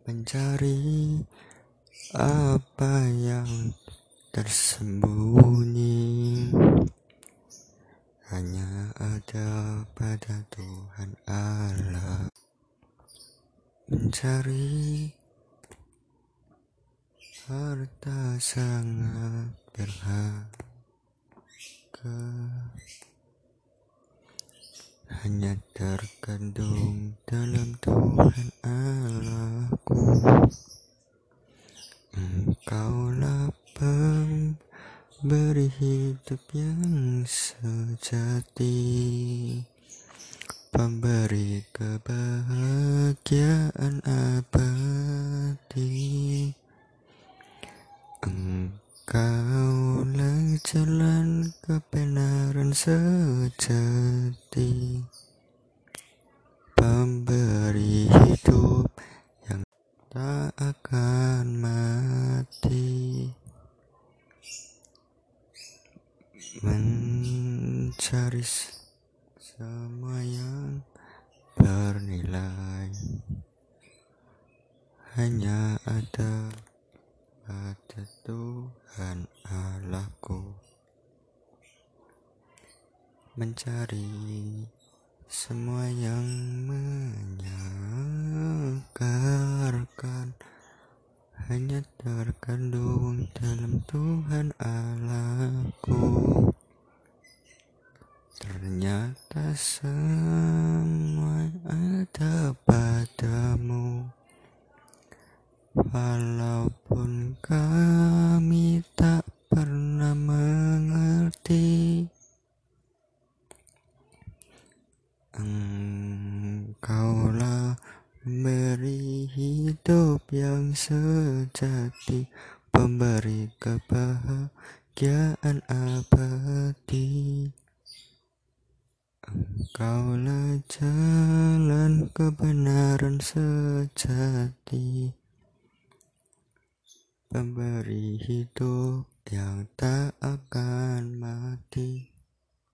Mencari apa yang tersembunyi hanya ada pada Tuhan Allah. Mencari harta sangat berharga, hanya terkandung dalam Tuhan Allahku. Engkaulah pemberi hidup yang sejati, pemberi kebahagiaan abadi. Engkaulah jalan kebenaran sejati, pemberi hidup yang tak akan mati. Mencari semua yang bernilai hanya ada pada Tuhan Allahku. Mencari semua yang menyegarkan hanya terkandung dalam Tuhan Allahku. Ternyata semua ada padamu, walaupun kami tak pernah mengerti. Engkaulah memberi hidup yang sejati, pemberi kebahagiaan abadi. Engkaulah jalan kebenaran sejati, pemberi hidup yang tak akan mati.